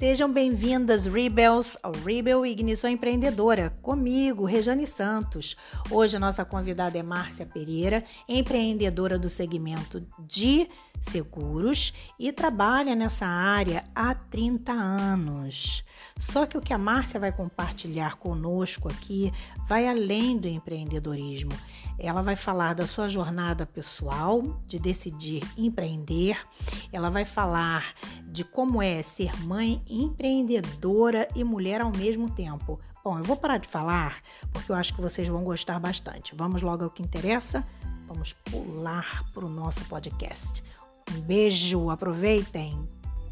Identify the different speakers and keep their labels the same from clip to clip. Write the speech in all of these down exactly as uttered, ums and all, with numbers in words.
Speaker 1: Sejam bem-vindas, Rebels, ao Rebel Ignição Empreendedora, comigo, Rejane Santos. Hoje a nossa convidada é Márcia Pereira, empreendedora do segmento de seguros e trabalha nessa área há trinta anos. Só que o que a Márcia vai compartilhar conosco aqui vai além do empreendedorismo. Ela vai falar da sua jornada pessoal, de decidir empreender. Ela vai falar de como é ser mãe empreendedora e mulher ao mesmo tempo. Bom, eu vou parar de falar porque eu acho que vocês vão gostar bastante. Vamos logo ao que interessa? Vamos pular para o nosso podcast. Um beijo, aproveitem!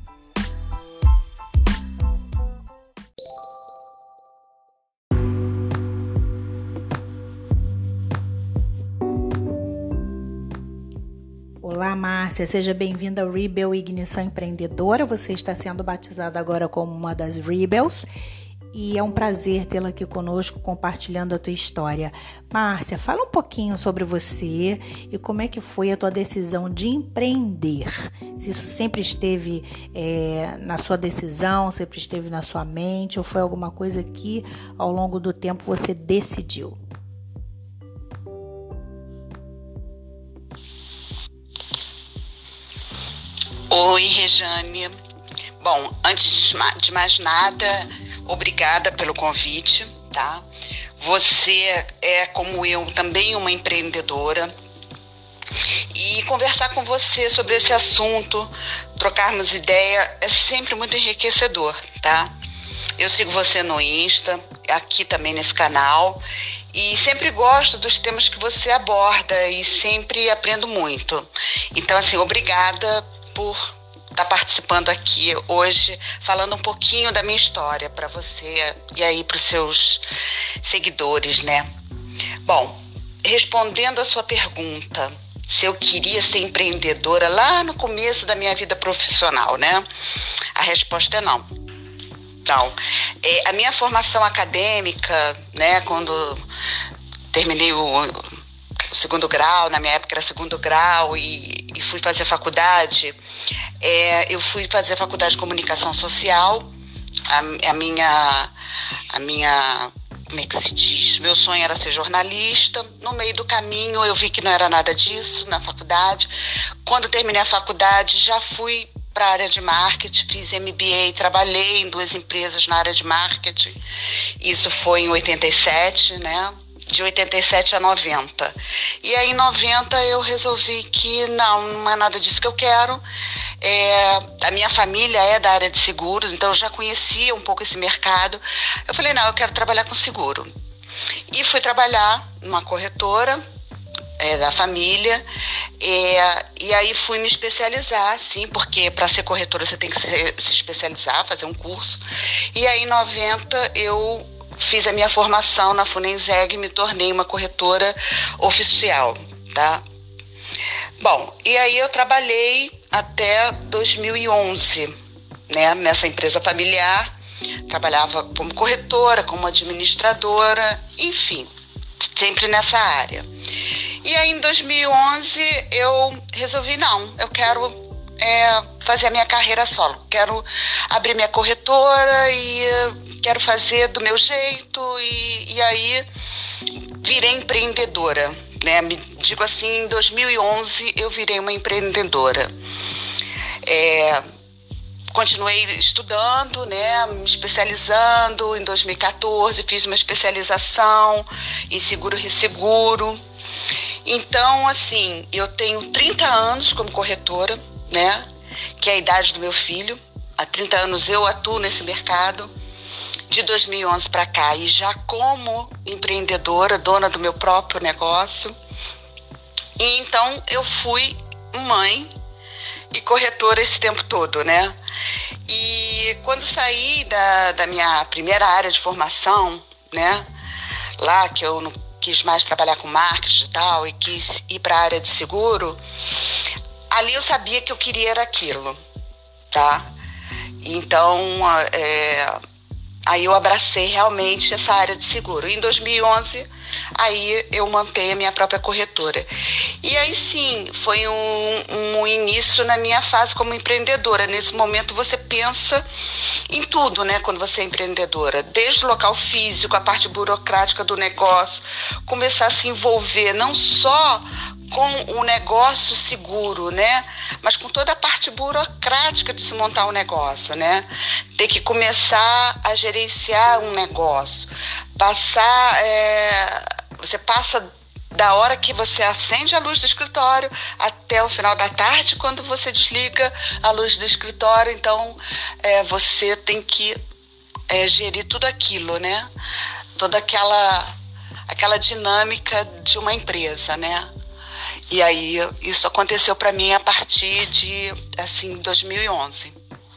Speaker 1: Olá, Márcia, seja bem-vinda ao Rebel Ignição Empreendedora. Você está sendo batizada agora como uma das Rebels e é um prazer tê-la aqui conosco compartilhando a tua história. Márcia, fala um pouquinho sobre você e como é que foi a tua decisão de empreender. Se isso sempre esteve é, na sua decisão, sempre esteve na sua mente ou foi alguma coisa que ao longo do tempo você decidiu?
Speaker 2: Oi, Rejane. Bom, antes de mais nada, obrigada pelo convite, tá? Você é, como eu, também uma empreendedora. E conversar com você sobre esse assunto, trocarmos ideia, é sempre muito enriquecedor, tá? Eu sigo você no Insta, aqui também nesse canal, e sempre gosto dos temas que você aborda e sempre aprendo muito. Então, assim, obrigada por estar participando aqui hoje, falando um pouquinho da minha história para você e aí para os seus seguidores, né? Bom, respondendo a sua pergunta, se eu queria ser empreendedora lá no começo da minha vida profissional, né? A resposta é não. Então, é, a minha formação acadêmica, né, quando terminei o, o segundo grau, na minha época era segundo grau, e, e fui fazer faculdade, é, eu fui fazer faculdade de comunicação social. A, a minha, a minha, como é que se diz? Meu sonho era ser jornalista. No meio do caminho eu vi que não era nada disso na faculdade. Quando terminei a faculdade, já fui para a área de marketing, fiz M B A, trabalhei em duas empresas na área de marketing. Isso foi em oitenta e sete, né? De oitenta e sete a noventa. E aí em noventa eu resolvi que não, não é nada disso que eu quero. É, a minha família é da área de seguros, então eu já conhecia um pouco esse mercado. Eu falei, não, eu quero trabalhar com seguro. E fui trabalhar numa corretora é, da família. É, e aí fui me especializar, sim, porque para ser corretora você tem que se, se especializar, fazer um curso. E aí em noventa eu fiz a minha formação na Funenseg e me tornei uma corretora oficial, tá? Bom, e aí eu trabalhei até dois mil e onze, né, nessa empresa familiar. Trabalhava como corretora, como administradora, enfim, sempre nessa área. E aí em dois mil e onze eu resolvi, não, eu quero é, fazer a minha carreira solo. Quero abrir minha corretora e quero fazer do meu jeito e, e aí virei empreendedora, né? Me digo assim, em dois mil e onze eu virei uma empreendedora. É, continuei estudando, né? Me especializando. Em dois mil e quatorze fiz uma especialização em seguro-resseguro. Então, assim, eu tenho trinta anos como corretora, né? Que é a idade do meu filho. Há trinta anos eu atuo nesse mercado. De dois mil e onze para cá, e já como empreendedora, dona do meu próprio negócio. E então eu fui mãe e corretora esse tempo todo, né? E quando saí da, da minha primeira área de formação, né? Lá que eu não quis mais trabalhar com marketing e tal, e quis ir para a área de seguro, ali eu sabia que eu queria era aquilo, tá? Então, é, Aí eu abracei realmente essa área de seguro. Em dois mil e onze, aí eu montei a minha própria corretora. E aí sim, foi um, um início na minha fase como empreendedora. Nesse momento você pensa em tudo, né, quando você é empreendedora. Desde o local físico, a parte burocrática do negócio, começar a se envolver não só com o negócio seguro, né? Mas com toda a parte burocrática de se montar um negócio, né? Ter que começar a gerenciar um negócio. Passar, é, você passa da hora que você acende a luz do escritório até o final da tarde, quando você desliga a luz do escritório. Então, é, você tem que é, gerir tudo aquilo, né? Toda aquela, aquela dinâmica de uma empresa, né? E aí, isso aconteceu para mim a partir de, assim, dois mil e onze.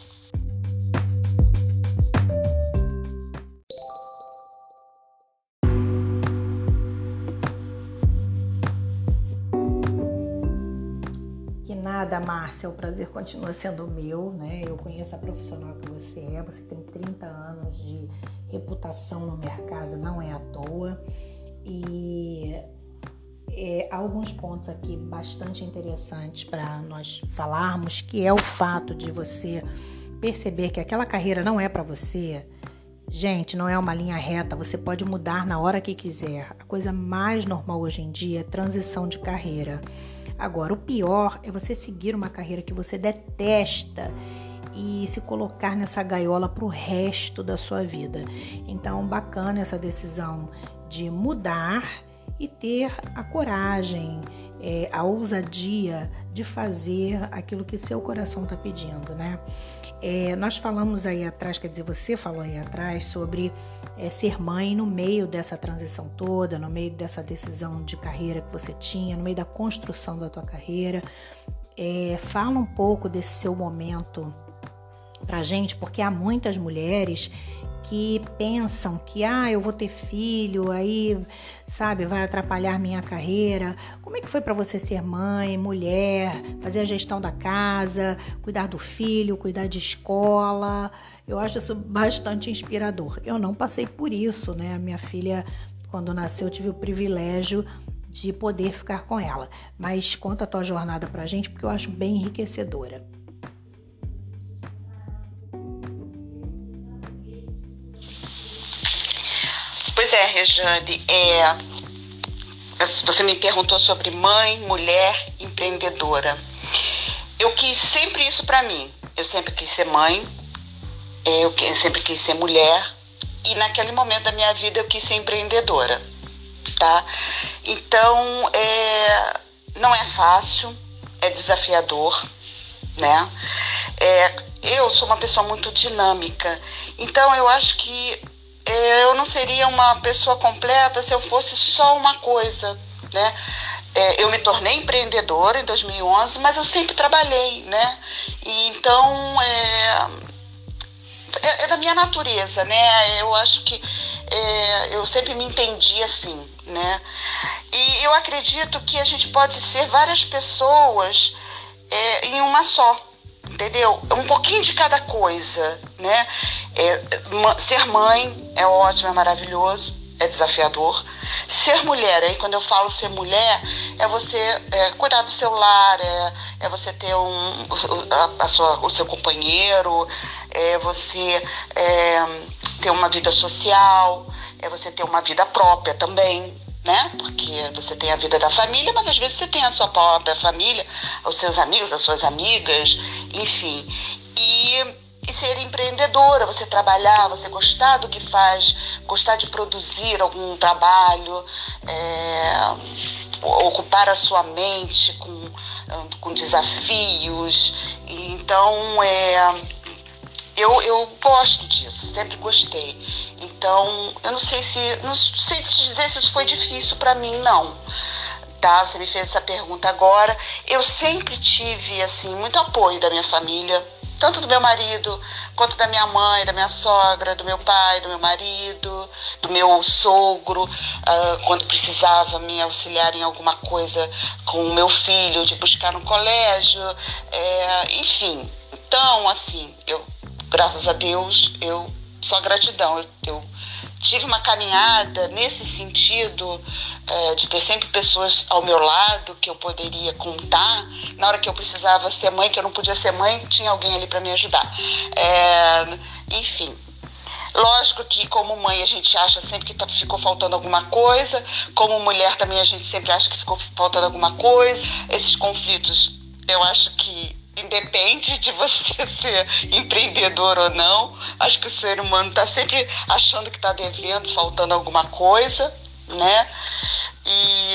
Speaker 1: Que nada, Márcia, o prazer continua sendo meu, né? Eu conheço a profissional que você é, você tem trinta anos de reputação no mercado, não é à toa. E... É, há alguns pontos aqui bastante interessantes para nós falarmos, que é o fato de você perceber que aquela carreira não é para você. Gente, não é uma linha reta, você pode mudar na hora que quiser. A coisa mais normal hoje em dia é transição de carreira. Agora, o pior é você seguir uma carreira que você detesta e se colocar nessa gaiola para o resto da sua vida. Então, bacana essa decisão de mudar e ter a coragem, é, a ousadia de fazer aquilo que seu coração está pedindo, né? É, nós falamos aí atrás, quer dizer, você falou aí atrás sobre é, ser mãe no meio dessa transição toda, no meio dessa decisão de carreira que você tinha, no meio da construção da tua carreira. É, fala um pouco desse seu momento pra gente, porque há muitas mulheres que pensam que, ah, eu vou ter filho, aí, sabe, vai atrapalhar minha carreira. Como é que foi para você ser mãe, mulher, fazer a gestão da casa, cuidar do filho, cuidar de escola? Eu acho isso bastante inspirador. Eu não passei por isso, né? A minha filha, quando nasceu, eu tive o privilégio de poder ficar com ela. Mas conta a tua jornada pra gente, porque eu acho bem enriquecedora.
Speaker 2: Pois é, Rejane, é, você me perguntou sobre mãe, mulher, empreendedora. Eu quis sempre isso para mim. Eu sempre quis ser mãe, eu sempre quis ser mulher e naquele momento da minha vida eu quis ser empreendedora, tá? Então, é, não é fácil, é desafiador, né? É, eu sou uma pessoa muito dinâmica, então eu acho que eu não seria uma pessoa completa se eu fosse só uma coisa, né? É, eu me tornei empreendedora em dois mil e onze, mas eu sempre trabalhei, né? E então, é, é, é da minha natureza, né? Eu acho que é, eu sempre me entendi assim, né? E eu acredito que a gente pode ser várias pessoas é, em uma só. Entendeu? Um pouquinho de cada coisa, né? É, ser mãe é ótimo, é maravilhoso, é desafiador. Ser mulher, aí quando eu falo ser mulher, é você é, cuidar do seu lar, é, é você ter um, a, a sua, o seu companheiro, é você é, ter uma vida social, é você ter uma vida própria também, né? Porque você tem a vida da família, mas às vezes você tem a sua própria família, os seus amigos, as suas amigas, enfim. E, e ser empreendedora, você trabalhar, você gostar do que faz, gostar de produzir algum trabalho, é, ocupar a sua mente com, com desafios. Então, é, eu, eu gosto disso, sempre gostei. Então, eu não sei se, não sei se dizer se isso foi difícil para mim, não. Tá? Você me fez essa pergunta agora. Eu sempre tive, assim, muito apoio da minha família, tanto do meu marido, quanto da minha mãe, da minha sogra, do meu pai, do meu marido, do meu sogro, uh, quando precisava me auxiliar em alguma coisa com o meu filho, de buscar no colégio, é, enfim. Então, assim, eu, graças a Deus, eu só gratidão. Eu, eu tive uma caminhada nesse sentido, é, de ter sempre pessoas ao meu lado que eu poderia contar. Na hora que eu precisava ser mãe, que eu não podia ser mãe, tinha alguém ali para me ajudar. É, enfim, lógico que como mãe a gente acha sempre que tá, ficou faltando alguma coisa, como mulher também a gente sempre acha que ficou faltando alguma coisa. Esses conflitos, eu acho que independe de você ser empreendedor ou não, acho que o ser humano está sempre achando que está devendo, faltando alguma coisa, né? E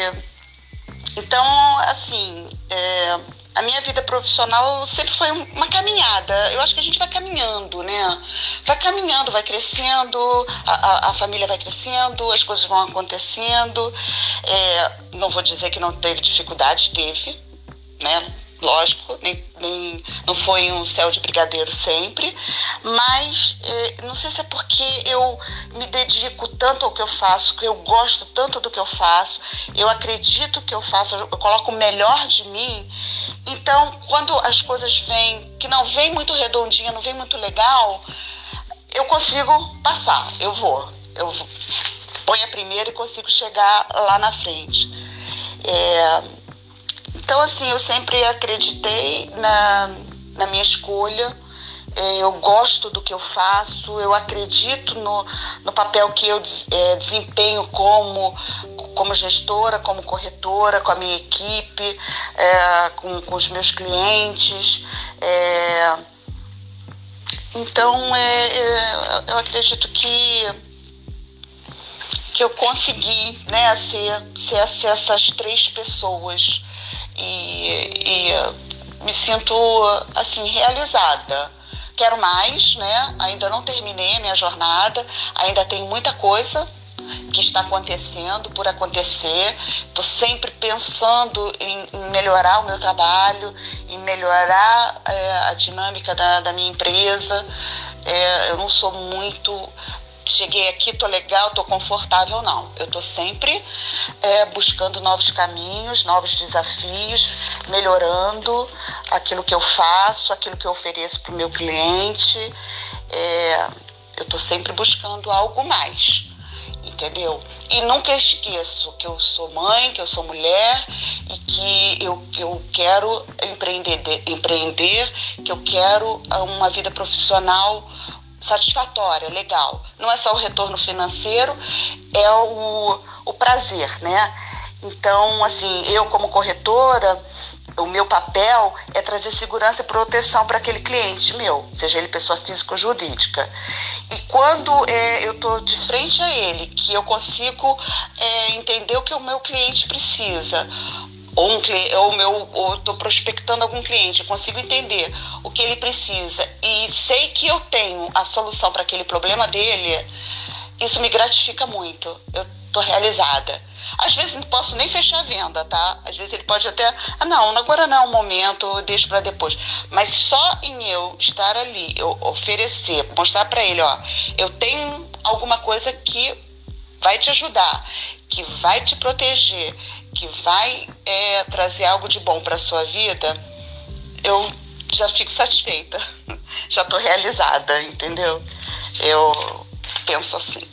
Speaker 2: então, assim, é, a minha vida profissional sempre foi uma caminhada. Eu acho que a gente vai caminhando, né? Vai caminhando, vai crescendo, a, a, a família vai crescendo, as coisas vão acontecendo. É, não vou dizer que não teve dificuldade, teve, né? Lógico, nem, nem, não foi um céu de brigadeiro sempre, mas eh, não sei se é porque eu me dedico tanto ao que eu faço, que eu gosto tanto do que eu faço, eu acredito que eu faço, eu, eu coloco o melhor de mim. Então, quando as coisas vêm, que não vem muito redondinha, não vem muito legal, eu consigo passar, eu vou, eu vou, ponho a primeira e consigo chegar lá na frente. É... Então, assim, eu sempre acreditei na, na minha escolha, eu gosto do que eu faço, eu acredito no, no papel que eu é, desempenho como, como gestora, como corretora, com a minha equipe, é, com, com os meus clientes. É, então, é, é, eu acredito que, que eu consegui, né, ser, ser, ser essas três pessoas. E, e me sinto, assim, realizada. Quero mais, né? Ainda não terminei a minha jornada, ainda tem muita coisa que está acontecendo, por acontecer. Estou sempre pensando em, em melhorar o meu trabalho, em melhorar é, a dinâmica da, da minha empresa. É, eu não sou muito... Cheguei aqui, tô legal, tô confortável, não. Eu tô sempre é, buscando novos caminhos, novos desafios, melhorando aquilo que eu faço, aquilo que eu ofereço para o meu cliente. É, eu tô sempre buscando algo mais, entendeu? E nunca esqueço que eu sou mãe, que eu sou mulher e que eu, eu quero empreender, empreender, que eu quero uma vida profissional satisfatória, legal. Não é só o retorno financeiro, é o, o prazer, né? Então, assim, eu como corretora, o meu papel é trazer segurança e proteção para aquele cliente meu, seja ele pessoa física ou jurídica. E quando é, eu estou de frente a ele, que eu consigo é, entender o que o meu cliente precisa, ou um ou meu ou estou prospectando algum cliente, eu consigo entender o que ele precisa e sei que eu tenho a solução para aquele problema dele, isso me gratifica muito. Eu estou realizada. Às vezes não posso nem fechar a venda, tá? Às vezes ele pode até, ah não, agora não é o momento, eu deixo para depois. Mas só em eu estar ali, eu oferecer, mostrar para ele, ó, eu tenho alguma coisa que vai te ajudar, que vai te proteger, que vai é, trazer algo de bom para a sua vida, eu já fico satisfeita, já estou realizada, entendeu? Eu penso assim.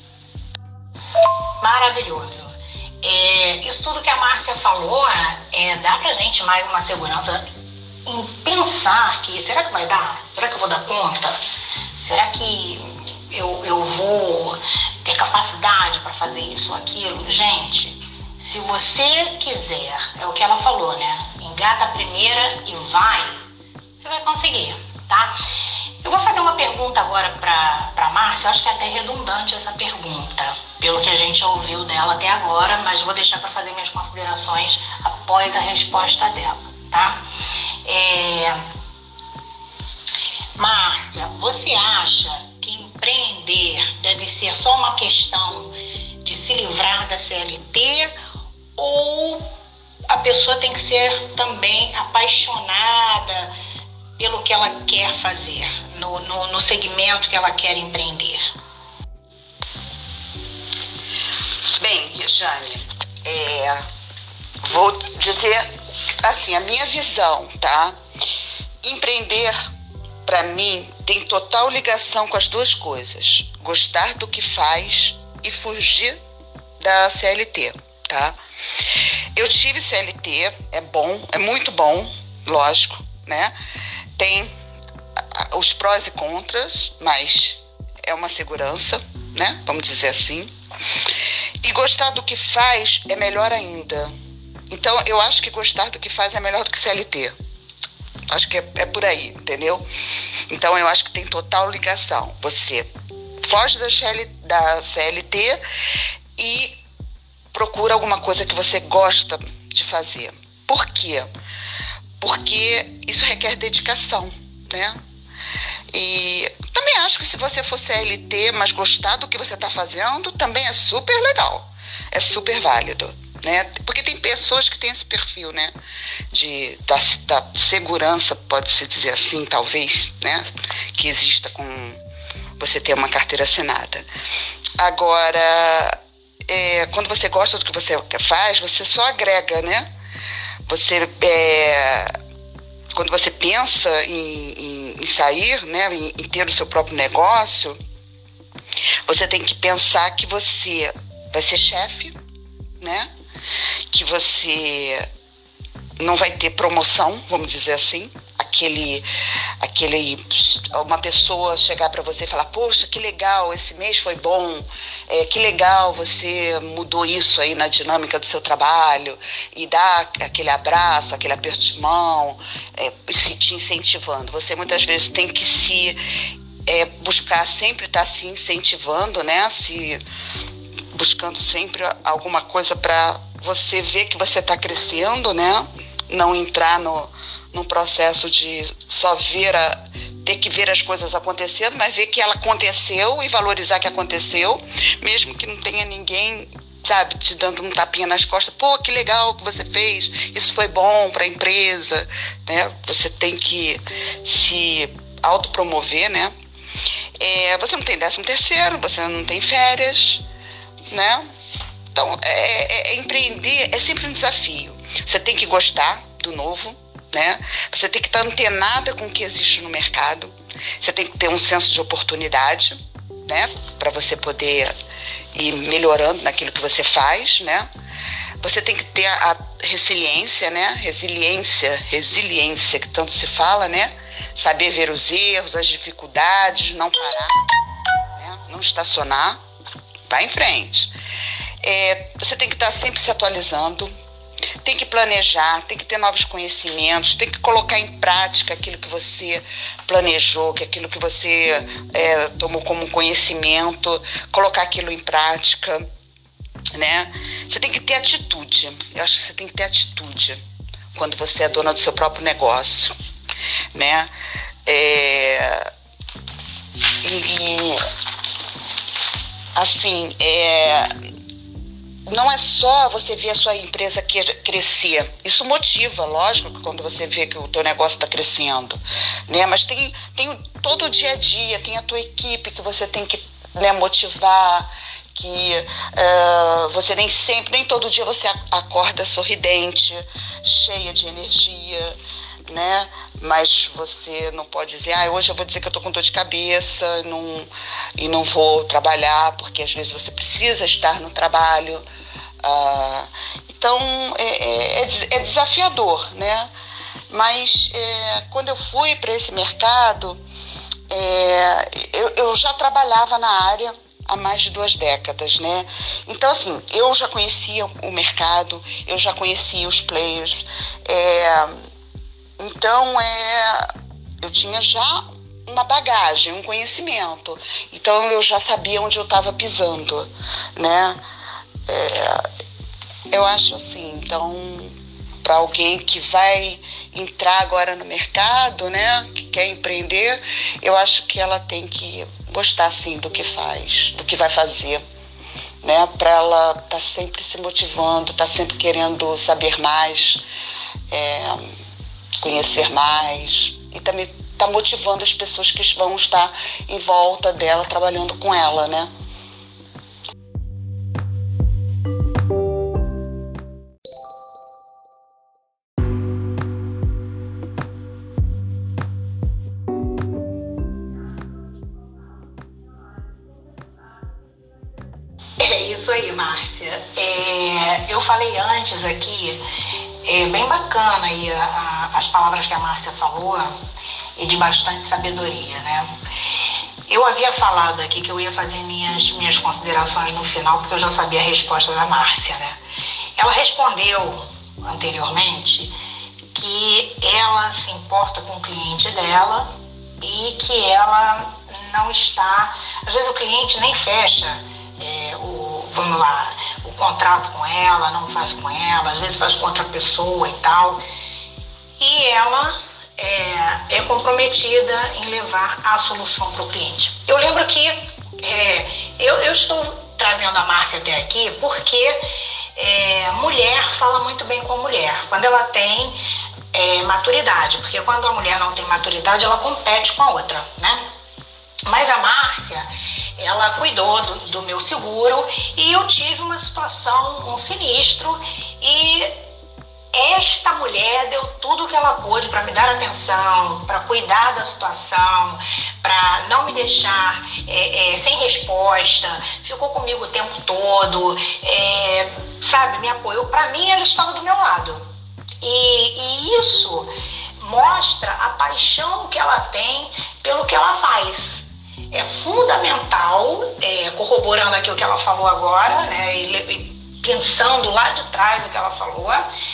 Speaker 1: Maravilhoso. É, isso tudo que a Márcia falou, é, dá pra gente mais uma segurança em pensar que, será que vai dar? Será que eu vou dar conta? Será que eu, eu vou ter capacidade para fazer isso ou aquilo? Gente, se você quiser, é o que ela falou, né? Engata a primeira e vai, você vai conseguir, tá? Eu vou fazer uma pergunta agora para a Márcia, eu acho que é até redundante essa pergunta, pelo que a gente ouviu dela até agora, mas vou deixar para fazer minhas considerações após a resposta dela, tá? É... Márcia, você acha que empreender deve ser só uma questão de se livrar da C L T ou a pessoa tem que ser também apaixonada pelo que ela quer fazer, no, no, no segmento que ela quer empreender?
Speaker 2: Bem, Rejane, é, vou dizer assim, a minha visão, tá? Empreender, para mim, tem total ligação com as duas coisas. Gostar do que faz e fugir da C L T, tá? Eu tive C L T, é bom, é muito bom, lógico, né? Tem os prós e contras, mas é uma segurança, né? Vamos dizer assim. E gostar do que faz é melhor ainda. Então, eu acho que gostar do que faz é melhor do que C L T. Acho que é, é por aí, entendeu? Então, eu acho que tem total ligação. Você foge da C L T e procura alguma coisa que você gosta de fazer. Por quê? Porque isso requer dedicação, né? E também acho que se você for C L T, mas gostar do que você está fazendo, também é super legal. É super válido, né? Porque tem pessoas que têm esse perfil, né? De, da, da segurança, pode-se dizer assim, talvez, né? Que exista com você ter uma carteira assinada. Agora, é, quando você gosta do que você faz, você só agrega, né? Você, é, quando você pensa em, em, em sair, né? Em, em ter o seu próprio negócio, você tem que pensar que você vai ser chefe, né? Que você não vai ter promoção, vamos dizer assim. Aquele, aquele, uma pessoa chegar para você e falar: poxa, que legal, esse mês foi bom, é, que legal, você mudou isso aí na dinâmica do seu trabalho, e dar aquele abraço, aquele aperto de mão, é, se te incentivando. Você muitas vezes tem que se é, buscar sempre estar se incentivando, né? Se buscando sempre alguma coisa para você ver que você está crescendo, né? Não entrar no num processo de só ver, a, ter que ver as coisas acontecendo, mas ver que ela aconteceu e valorizar que aconteceu, mesmo que não tenha ninguém, sabe, te dando um tapinha nas costas. Pô, que legal que você fez, isso foi bom para a empresa, né? Você tem que se autopromover, né? É, você não tem décimo terceiro, você não tem férias, né? Então, é, é, é empreender é sempre um desafio. Você tem que gostar do novo, né? Você tem que estar antenada com o que existe no mercado. Você tem que ter um senso de oportunidade, né? Para você poder ir melhorando naquilo que você faz, né? Você tem que ter a resiliência, né? Resiliência, resiliência que tanto se fala, né? Saber ver os erros, as dificuldades, não parar, né? Não estacionar, vai em frente. É, você tem que estar sempre se atualizando. Tem que planejar, tem que ter novos conhecimentos, tem que colocar em prática aquilo que você planejou, que aquilo que você é, tomou como conhecimento, colocar aquilo em prática, né? Você tem que ter atitude. Eu acho que você tem que ter atitude quando você é dona do seu próprio negócio, né? É, e assim, é, não é só você ver a sua empresa crescer. Isso motiva, lógico, que quando você vê que o teu negócio está crescendo, né? Mas tem, tem todo o dia a dia, tem a tua equipe que você tem que, né, motivar, que uh, você nem sempre, nem todo dia você acorda sorridente, cheia de energia, né? Mas você não pode dizer: ah, hoje eu vou dizer que eu tô com dor de cabeça não, e não vou trabalhar, porque às vezes você precisa estar no trabalho. Ah, então é, é, é desafiador, né? Mas é, quando eu fui para esse mercado, é, eu, eu já trabalhava na área há mais de duas décadas, né? Então, assim, eu já conhecia o mercado, eu já conhecia os players, é, então é, eu tinha já uma bagagem, um conhecimento, então eu já sabia onde eu estava pisando, né? É, eu acho assim, então, para alguém que vai entrar agora no mercado, né, que quer empreender, eu acho que ela tem que gostar, sim, do que faz, do que vai fazer, né, para ela estar tá sempre se motivando, estar tá sempre querendo saber mais, é, conhecer mais, e também estar tá motivando as pessoas que vão estar em volta dela, trabalhando com ela, né.
Speaker 1: Isso aí, Márcia. É, eu falei antes aqui, é bem bacana aí a, a, as palavras que a Márcia falou e de bastante sabedoria, né? Eu havia falado aqui que eu ia fazer minhas, minhas considerações no final, porque eu já sabia a resposta da Márcia, né? Ela respondeu anteriormente que ela se importa com o cliente dela e que ela não está... Às vezes o cliente nem fecha é, o, vamos lá, o contrato com ela, não faz com ela, às vezes faz com outra pessoa e tal. E ela é, é comprometida em levar a solução para o cliente. Eu lembro que é, eu, eu estou trazendo a Márcia até aqui porque é, mulher fala muito bem com mulher, quando ela tem é, maturidade, porque quando a mulher não tem maturidade, ela compete com a outra, né? Mas a Márcia, ela cuidou do, do meu seguro e eu tive uma situação, um sinistro, e esta mulher deu tudo o que ela pôde para me dar atenção, para cuidar da situação, para não me deixar é, é, sem resposta, ficou comigo o tempo todo, é, sabe, me apoiou. Para mim, ela estava do meu lado. E, e isso mostra a paixão que ela tem pelo que ela faz. É fundamental, é, corroborando aqui o que ela falou agora, né, e, e pensando lá de trás o que ela falou,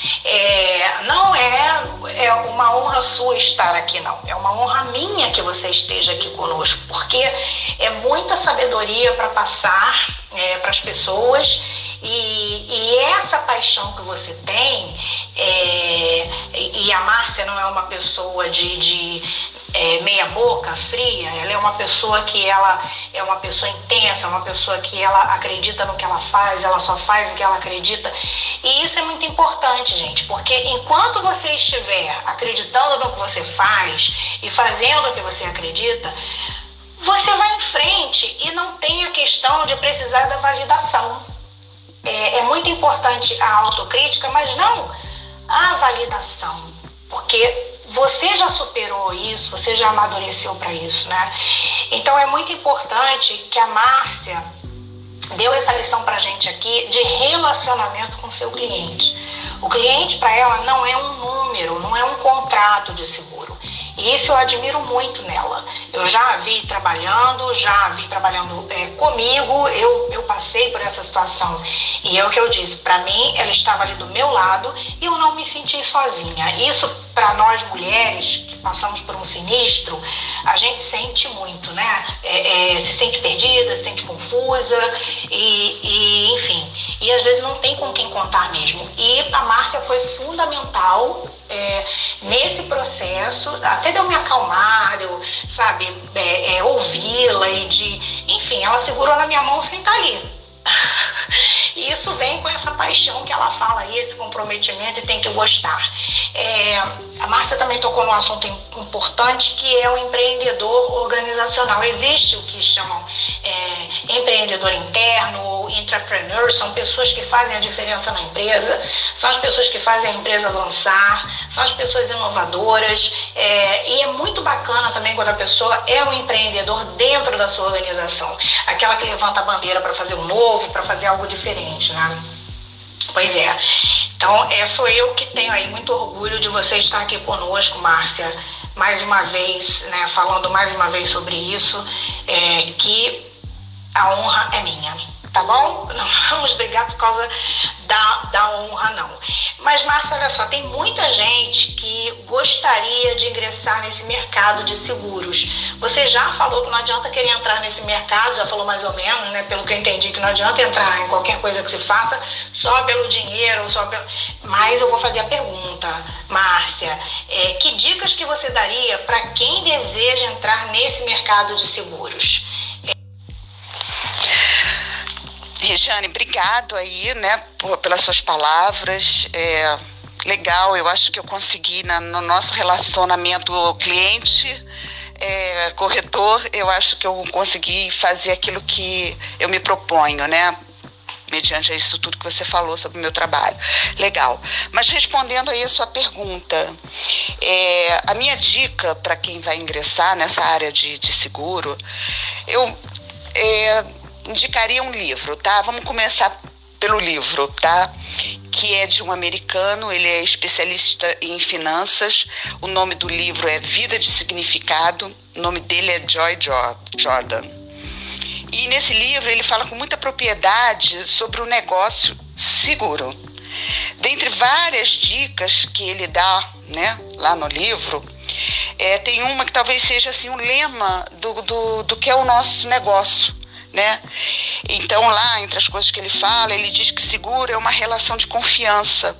Speaker 1: é, não é, é uma honra sua estar aqui, não. É uma honra minha que você esteja aqui conosco, porque é muita sabedoria para passar é, para as pessoas. E, e essa paixão que você tem, é, e a Márcia não é uma pessoa de, de é, meia boca, fria, ela é uma pessoa que ela é uma pessoa intensa, uma pessoa que ela acredita no que ela faz, ela só faz o que ela acredita. E isso é muito importante, gente, porque enquanto você estiver acreditando no que você faz e fazendo o que você acredita, você vai em frente e não tem a questão de precisar da validação. É, é muito importante a autocrítica, mas não a validação, porque você já superou isso, você já amadureceu para isso, né? Então é muito importante que a Márcia deu essa lição para a gente aqui de relacionamento com o seu cliente. O cliente para ela não é um número, não é um contrato de seguro. E isso eu admiro muito nela. Eu já a vi trabalhando, já a vi trabalhando é, comigo, eu, eu passei por essa situação. E é o que eu disse, para mim, ela estava ali do meu lado e eu não me senti sozinha. Isso, para nós mulheres que passamos por um sinistro, a gente sente muito, né? É, é, se sente perdida, se sente confusa e, e, enfim. E às vezes não tem com quem contar mesmo. E a Márcia foi fundamental É, nesse processo, até de eu me acalmar, de eu, sabe, é, é, ouvi-la e de... Enfim, ela segurou na minha mão sem estar ali. E isso vem com essa paixão que ela fala aí, esse comprometimento, e tem que gostar. É, a Márcia também tocou num assunto importante, que é o empreendedor organizacional. Existe o que chamam é, empreendedor interno ou entrepreneur, são pessoas que fazem a diferença na empresa, são as pessoas que fazem a empresa avançar, são as pessoas inovadoras, é, e é muito bacana também quando a pessoa é um empreendedor dentro da sua organização, aquela que levanta a bandeira para fazer o novo, para fazer algo diferente, né? Pois é. Então, é, sou eu que tenho aí muito orgulho de você estar aqui conosco, Márcia, mais uma vez, né, falando mais uma vez sobre isso, é, que a honra é minha, tá bom? Não vamos brigar por causa da, da honra, não. Mas, Márcia, olha só, tem muita gente que gostaria de ingressar nesse mercado de seguros. Você já falou que não adianta querer entrar nesse mercado, já falou mais ou menos, né? Pelo que eu entendi, que não adianta entrar em qualquer coisa que se faça só pelo dinheiro, só pelo... Mas eu vou fazer a pergunta, Márcia, é, que dicas que você daria para quem deseja entrar nesse mercado de seguros?
Speaker 2: Rejane, obrigado aí, né, por, pelas suas palavras. É, legal, eu acho que eu consegui, na, no nosso relacionamento cliente, é, corretor, eu acho que eu consegui fazer aquilo que eu me proponho, né, mediante isso tudo que você falou sobre o meu trabalho. Legal. Mas respondendo aí a sua pergunta, é, a minha dica para quem vai ingressar nessa área de, de seguro, eu... É, indicaria um livro, tá? Vamos começar pelo livro, tá? Que é de um americano, ele é especialista em finanças. O nome do livro é Vida de Significado. O nome dele é Joy Jordan. E nesse livro ele fala com muita propriedade sobre o negócio seguro. Dentre várias dicas que ele dá, né, lá no livro, é, tem uma que talvez seja assim, o lema do, do, do que é o nosso negócio, né? Então lá, entre as coisas que ele fala, ele diz que seguro é uma relação de confiança.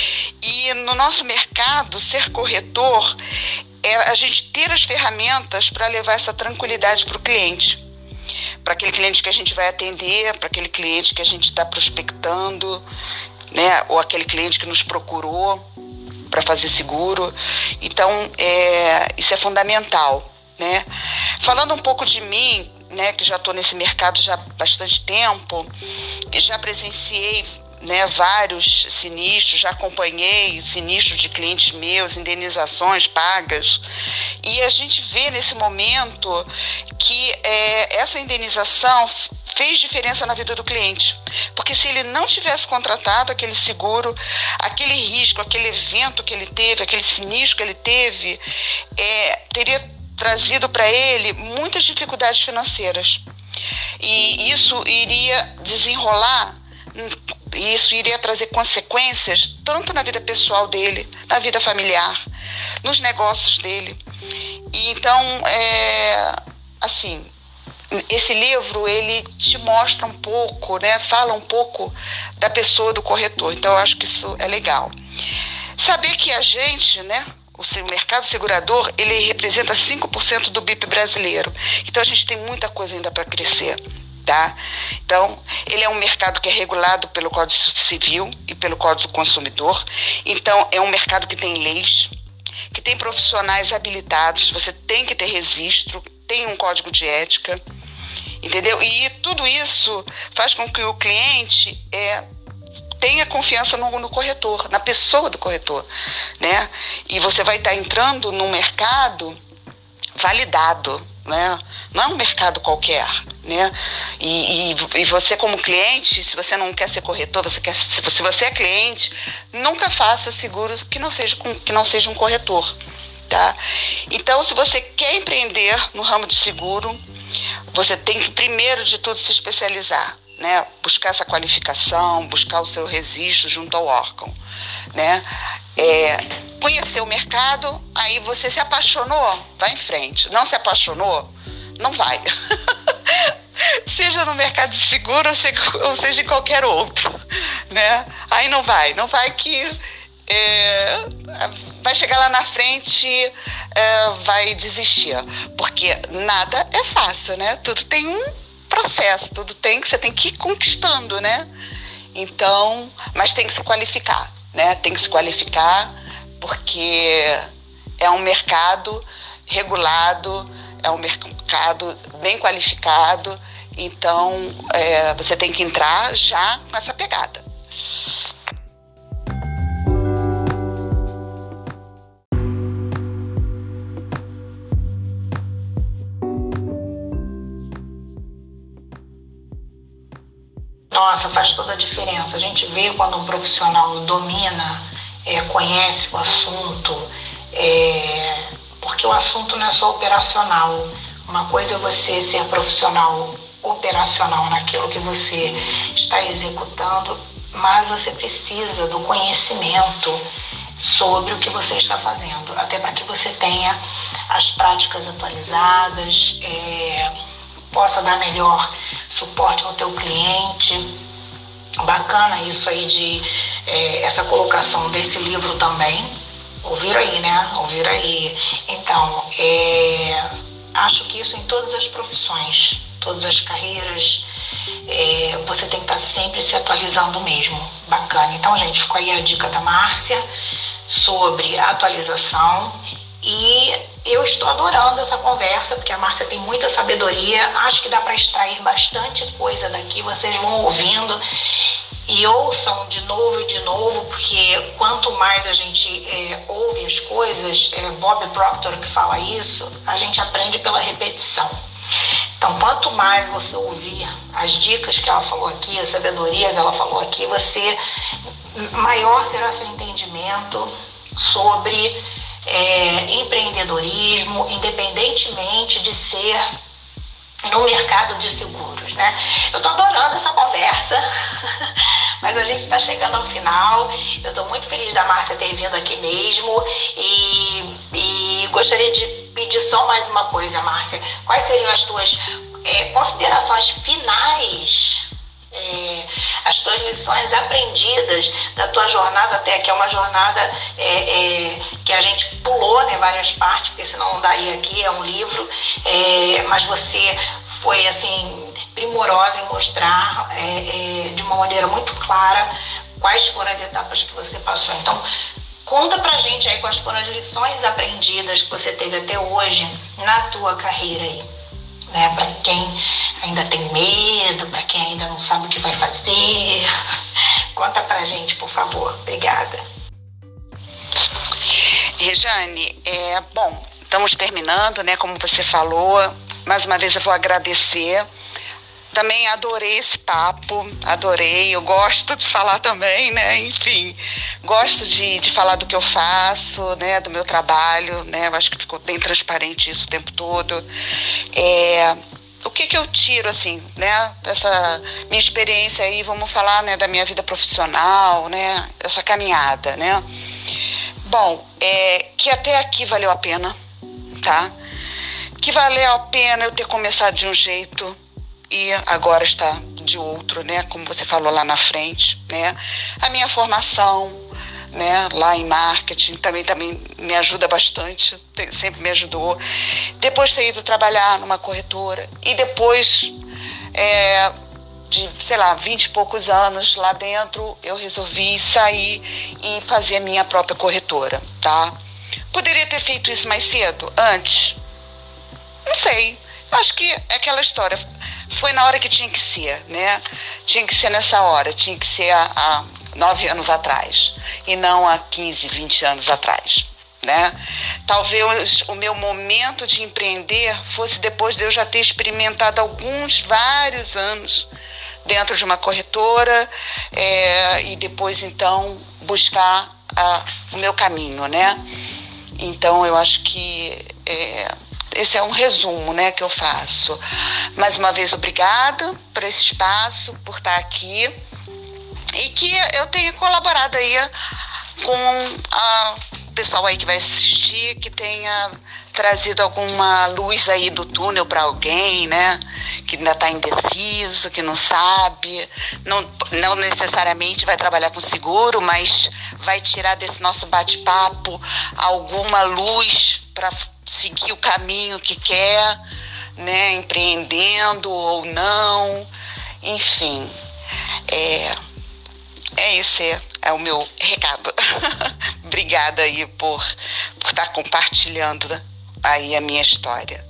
Speaker 2: E no nosso mercado, ser corretor é a gente ter as ferramentas para levar essa tranquilidade para o cliente. Para aquele cliente que a gente vai atender, para aquele cliente que a gente está prospectando, né? Ou aquele cliente que nos procurou para fazer seguro. Então, é, isso é fundamental, né? Falando um pouco de mim, né, que já estou nesse mercado já há bastante tempo, que já presenciei, né, vários sinistros, já acompanhei sinistros de clientes meus, indenizações pagas, e a gente vê nesse momento que é, essa indenização fez diferença na vida do cliente, porque se ele não tivesse contratado aquele seguro, aquele risco, aquele evento que ele teve, aquele sinistro que ele teve, é, teria trazido para ele muitas dificuldades financeiras. E isso iria desenrolar, isso iria trazer consequências tanto na vida pessoal dele, na vida familiar, nos negócios dele. E então, é, assim, esse livro, ele te mostra um pouco, né, fala um pouco da pessoa do corretor. Então, eu acho que isso é legal. Saber que a gente, né, o mercado segurador, ele representa cinco por cento do B I P brasileiro. Então, a gente tem muita coisa ainda para crescer, tá? Então, ele é um mercado que é regulado pelo Código Civil e pelo Código do Consumidor. Então, é um mercado que tem leis, que tem profissionais habilitados, você tem que ter registro, tem um código de ética, entendeu? E tudo isso faz com que o cliente é, tenha confiança no, no corretor, na pessoa do corretor, né? E você vai estar entrando num mercado validado, né? Não é um mercado qualquer, né? E, e, e você, como cliente, se você não quer ser corretor, você quer, se você é cliente, nunca faça seguros que não seja, que não seja um corretor, tá? Então, se você quer empreender no ramo de seguro, você tem que, primeiro de tudo, se especializar, né? Buscar essa qualificação, buscar o seu registro junto ao órgão, né? É, conhecer o mercado, aí você se apaixonou, vai em frente. Não se apaixonou, não vai. Seja no mercado de seguro ou seja em qualquer outro, né? Aí não vai, não vai que é, vai chegar lá na frente, é, vai desistir, porque nada é fácil, né? Tudo tem um processo, tudo tem que você tem que ir conquistando, né? Então, mas tem que se qualificar, né? Tem que se qualificar porque é um mercado regulado, é um mercado bem qualificado, então é, você tem que entrar já com essa pegada.
Speaker 1: Nossa, faz toda a diferença. A gente vê quando um profissional domina, é, conhece o assunto, é, porque o assunto não é só operacional. Uma coisa é você ser profissional operacional naquilo que você está executando, mas você precisa do conhecimento sobre o que você está fazendo, até para que você tenha as práticas atualizadas, é, possa dar melhor suporte ao teu cliente. Bacana isso aí de é, essa colocação desse livro também. Ouviram aí, né? Ouviram aí. Então, é, acho que isso em todas as profissões, todas as carreiras, é, você tem que estar sempre se atualizando mesmo. Bacana. Então, gente, ficou aí a dica da Márcia sobre atualização. E eu estou adorando essa conversa, porque a Márcia tem muita sabedoria. Acho que dá para extrair bastante coisa daqui. Vocês vão ouvindo e ouçam de novo e de novo, porque quanto mais a gente é, ouve as coisas, é Bob Proctor que fala isso, a gente aprende pela repetição. Então, quanto mais você ouvir as dicas que ela falou aqui, a sabedoria que ela falou aqui, você, maior será seu entendimento sobre é, empreendedorismo, independentemente de ser no mercado de seguros, né? Eu tô adorando essa conversa, mas a gente está chegando ao final. Eu estou muito feliz da Márcia ter vindo aqui mesmo e, e gostaria de pedir só mais uma coisa, Márcia. Quais seriam as tuas é, considerações finais, é, as tuas lições aprendidas da tua jornada até aqui? É uma jornada é, é, que a gente pulou, né, várias partes, porque senão não daria aqui, é um livro, é, mas você foi assim primorosa em mostrar é, é, de uma maneira muito clara quais foram as etapas que você passou. Então, conta pra gente aí quais foram as lições aprendidas que você teve até hoje na tua carreira aí, né? Para quem ainda tem medo, para quem ainda não sabe o que vai fazer. Conta pra gente, por favor. Obrigada.
Speaker 2: Rejane, é, bom, estamos terminando, né? Como você falou, mais uma vez eu vou agradecer. Também adorei esse papo, adorei, eu gosto de falar também, né, enfim, gosto de, de falar do que eu faço, né, do meu trabalho, né, eu acho que ficou bem transparente isso o tempo todo. É, o que que eu tiro, assim, né, dessa minha experiência aí, vamos falar, né, da minha vida profissional, né, essa caminhada, né. Bom, é, que até aqui valeu a pena, tá, que valeu a pena eu ter começado de um jeito e agora está de outro, né? Como você falou lá na frente, né? A minha formação, né? Lá em marketing também, também me ajuda bastante, sempre me ajudou. Depois de ter ido trabalhar numa corretora e depois é, de, sei lá, vinte e poucos anos lá dentro, eu resolvi sair e fazer a minha própria corretora, tá? Poderia ter feito isso mais cedo, antes? Não sei. Acho que é aquela história. Foi na hora que tinha que ser, né? Tinha que ser nessa hora, tinha que ser há, há nove anos atrás e não há quinze, vinte anos atrás, né? Talvez o meu momento de empreender fosse depois de eu já ter experimentado alguns, vários anos dentro de uma corretora é, e depois, então, buscar a, o meu caminho, né? Então, eu acho que... É, esse é um resumo, né, que eu faço. Mais uma vez, obrigada por esse espaço, por estar aqui e que eu tenha colaborado aí com a, o pessoal aí que vai assistir, que tenha trazido alguma luz aí do túnel para alguém, né, que ainda está indeciso, que não sabe, não, não necessariamente vai trabalhar com seguro, mas vai tirar desse nosso bate-papo alguma luz para seguir o caminho que quer, né, empreendendo ou não, enfim, é, é esse é, é o meu recado. Obrigada aí por, por estar compartilhando aí a minha história.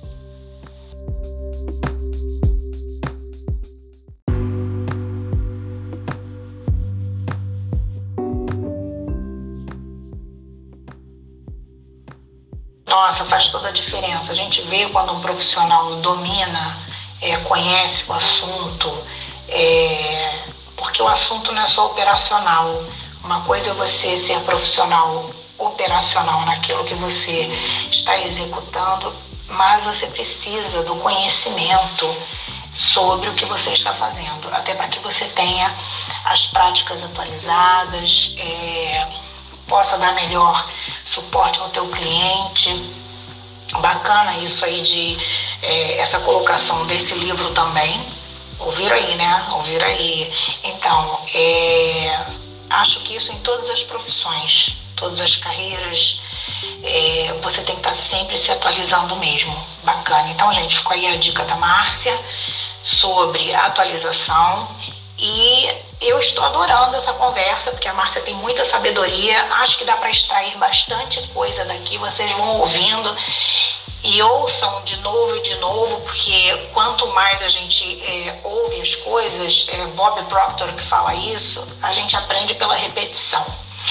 Speaker 1: Nossa, faz toda a diferença. A gente vê quando um profissional domina, é, conhece o assunto, é, porque o assunto não é só operacional. Uma coisa é você ser profissional operacional naquilo que você está executando, mas você precisa do conhecimento sobre o que você está fazendo, até para que você tenha as práticas atualizadas, é, possa dar melhor suporte ao teu cliente. Bacana isso aí de é, essa colocação desse livro também. Ouviram aí, né? Ouviram aí. Então, é, acho que isso em todas as profissões, todas as carreiras, é, você tem que estar sempre se atualizando mesmo. Bacana. Então, gente, ficou aí a dica da Márcia sobre atualização. E eu estou adorando essa conversa, porque a Márcia tem muita sabedoria. Acho que dá para extrair bastante coisa daqui. Vocês vão ouvindo e ouçam de novo e de novo, porque quanto mais a gente é, ouve as coisas, é Bob Proctor que fala isso, a gente aprende pela repetição.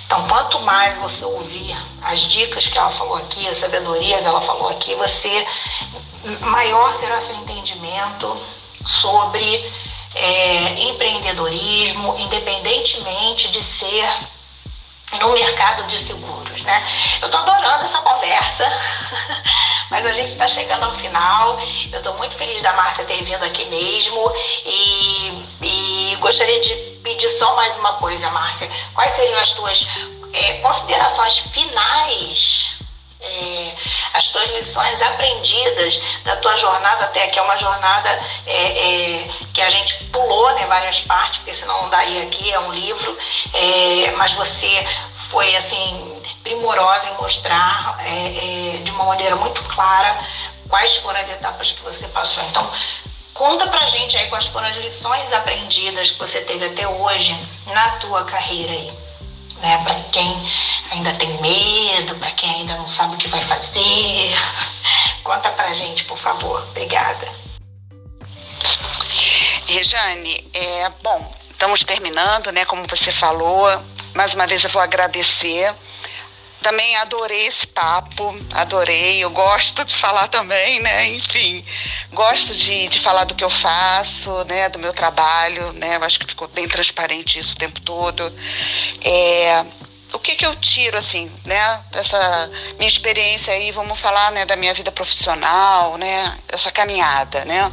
Speaker 1: Então, quanto mais você ouvir as dicas que ela falou aqui, a sabedoria que ela falou aqui, você, maior será seu entendimento sobre é, empreendedorismo, independentemente de ser no mercado de seguros, né? Eu tô adorando essa conversa, mas a gente está chegando ao final. Eu tô muito feliz da Márcia ter vindo aqui mesmo e, e gostaria de pedir só mais uma coisa, Márcia. Quais seriam as tuas é, considerações finais, é, as tuas lições aprendidas da tua jornada até aqui? É uma jornada é, é, que a gente pulou, né, várias partes, porque senão não daria aqui, é um livro, é, mas você foi assim primorosa em mostrar é, é, de uma maneira muito clara quais foram as etapas que você passou. Então, conta pra gente aí quais foram as lições aprendidas que você teve até hoje na tua carreira aí, né? Para quem ainda tem medo, para quem ainda não sabe o que vai fazer. Conta pra gente, por favor. Obrigada.
Speaker 2: Rejane, é, bom, estamos terminando, né? Como você falou, mais uma vez eu vou agradecer. Também adorei esse papo, adorei, eu gosto de falar também, né, enfim, gosto de, de falar do que eu faço, né, do meu trabalho, né, eu acho que ficou bem transparente isso o tempo todo. É, o que que eu tiro, assim, né, dessa minha experiência aí, vamos falar, né, da minha vida profissional, né, essa caminhada, né.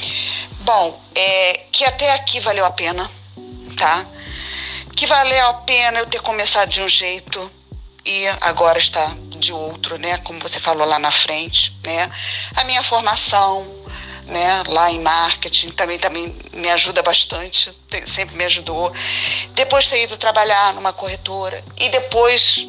Speaker 2: Bom, é, que até aqui valeu a pena, tá, que valeu a pena eu ter começado de um jeito e agora está de outro, né? Como você falou lá na frente, né? A minha formação, né? Lá em marketing também, também me ajuda bastante, sempre me ajudou. Depois ter ido trabalhar numa corretora e depois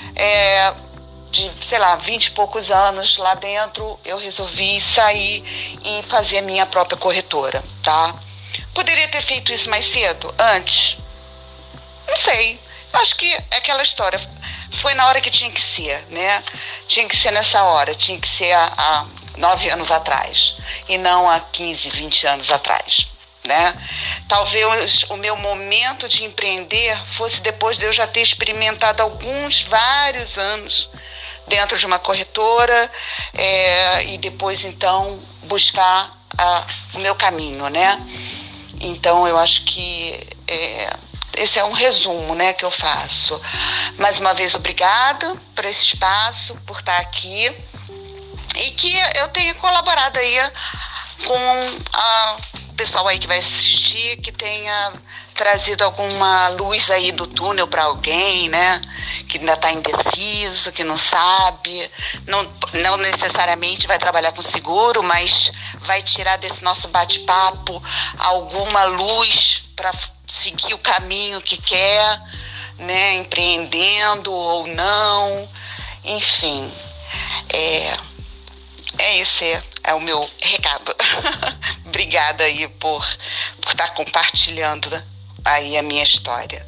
Speaker 2: é, de, sei lá, vinte e poucos anos lá dentro, eu resolvi sair e fazer a minha própria corretora, tá? Poderia ter feito isso mais cedo, antes? Não sei. Acho que é aquela história. Foi na hora que tinha que ser, né? Tinha que ser nessa hora, tinha que ser há, há nove anos atrás e não há quinze, vinte anos atrás, né? Talvez o meu momento de empreender fosse depois de eu já ter experimentado alguns, vários anos dentro de uma corretora é, e depois, então, buscar a, o meu caminho, né? Então, eu acho que... É, esse é um resumo, né, que eu faço. Mais uma vez, obrigada por esse espaço, por estar aqui e que eu tenha colaborado aí com a pessoal aí que vai assistir, que tenha trazido alguma luz aí do túnel para alguém, né, que ainda está indeciso, que não sabe, não, não necessariamente vai trabalhar com seguro, mas vai tirar desse nosso bate-papo alguma luz para seguir o caminho que quer, né, empreendendo ou não, enfim, é, é esse é o meu recado. Obrigada aí por, por estar compartilhando aí a minha história.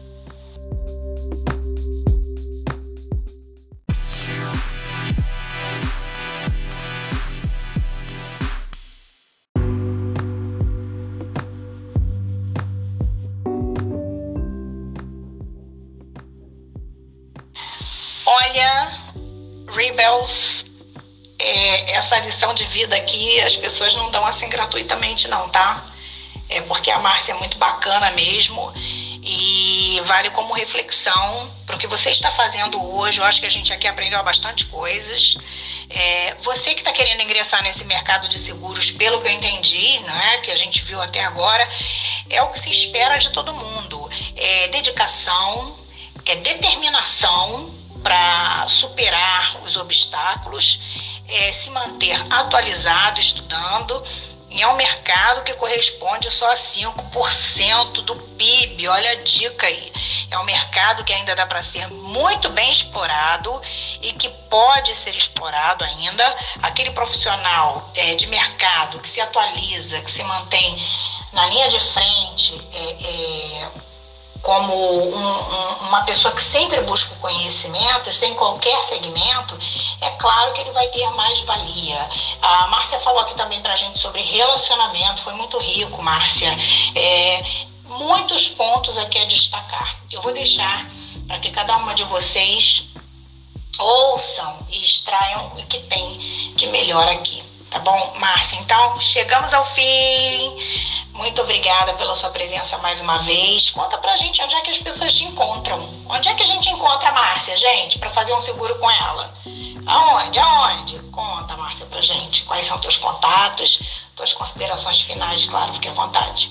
Speaker 1: Olha, Rebels, é, essa lição de vida aqui as pessoas não dão assim gratuitamente não, tá? É porque a Márcia é muito bacana mesmo e vale como reflexão para o que você está fazendo hoje. Eu acho que a gente aqui aprendeu bastante coisas. É, você que está querendo ingressar nesse mercado de seguros, pelo que eu entendi, né, que a gente viu até agora, é o que se espera de todo mundo. É dedicação, é determinação para superar os obstáculos, é, se manter atualizado, estudando, e é um mercado que corresponde só a cinco por cento do P I B, olha a dica aí. É um mercado que ainda dá para ser muito bem explorado e que pode ser explorado ainda. Aquele profissional é, de mercado que se atualiza, que se mantém na linha de frente, é, é, como um, um, uma pessoa que sempre busca o conhecimento, sem qualquer segmento, é claro que ele vai ter mais valia. A Márcia falou aqui também para a gente sobre relacionamento, foi muito rico, Márcia. É, muitos pontos aqui a destacar. Eu vou deixar para que cada uma de vocês ouçam e extraiam o que tem de melhor aqui, tá bom, Márcia? Então, chegamos ao fim. Muito obrigada pela sua presença mais uma vez. Conta pra gente onde é que as pessoas te encontram. Onde é que a gente encontra a Márcia, gente, para fazer um seguro com ela? Aonde? Aonde? Conta, Márcia, pra gente. Quais são teus contatos, tuas considerações finais, claro, fique à vontade.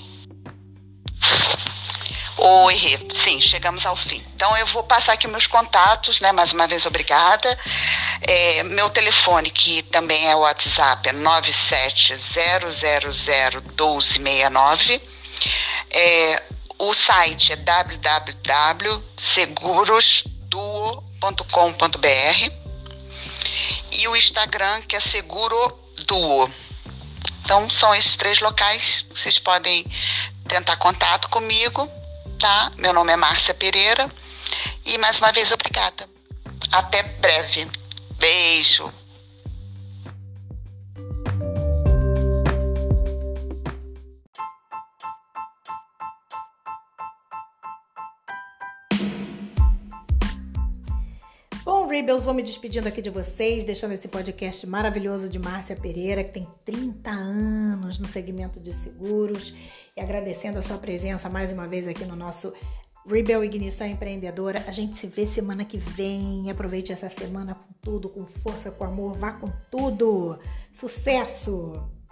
Speaker 2: Oi, Rê. Sim, chegamos ao fim. Então, eu vou passar aqui meus contatos, né? Mais uma vez, obrigada. É, meu telefone, que também é o WhatsApp, é nove sete zero zero zero um dois seis nove. É, o site é w w w ponto seguros duo ponto com ponto b r e o Instagram, que é Seguro Duo. Então, são esses três locais que vocês podem tentar contato comigo, tá? Meu nome é Márcia Pereira e, mais uma vez, obrigada. Até breve. Beijo.
Speaker 1: Bom, Rebels, vou me despedindo aqui de vocês, deixando esse podcast maravilhoso de Márcia Pereira, que tem trinta anos no segmento de seguros, e agradecendo a sua presença mais uma vez aqui no nosso Rebel Ignição Empreendedora. A gente se vê semana que vem. Aproveite essa semana com tudo, com força, com amor. Vá com tudo. Sucesso!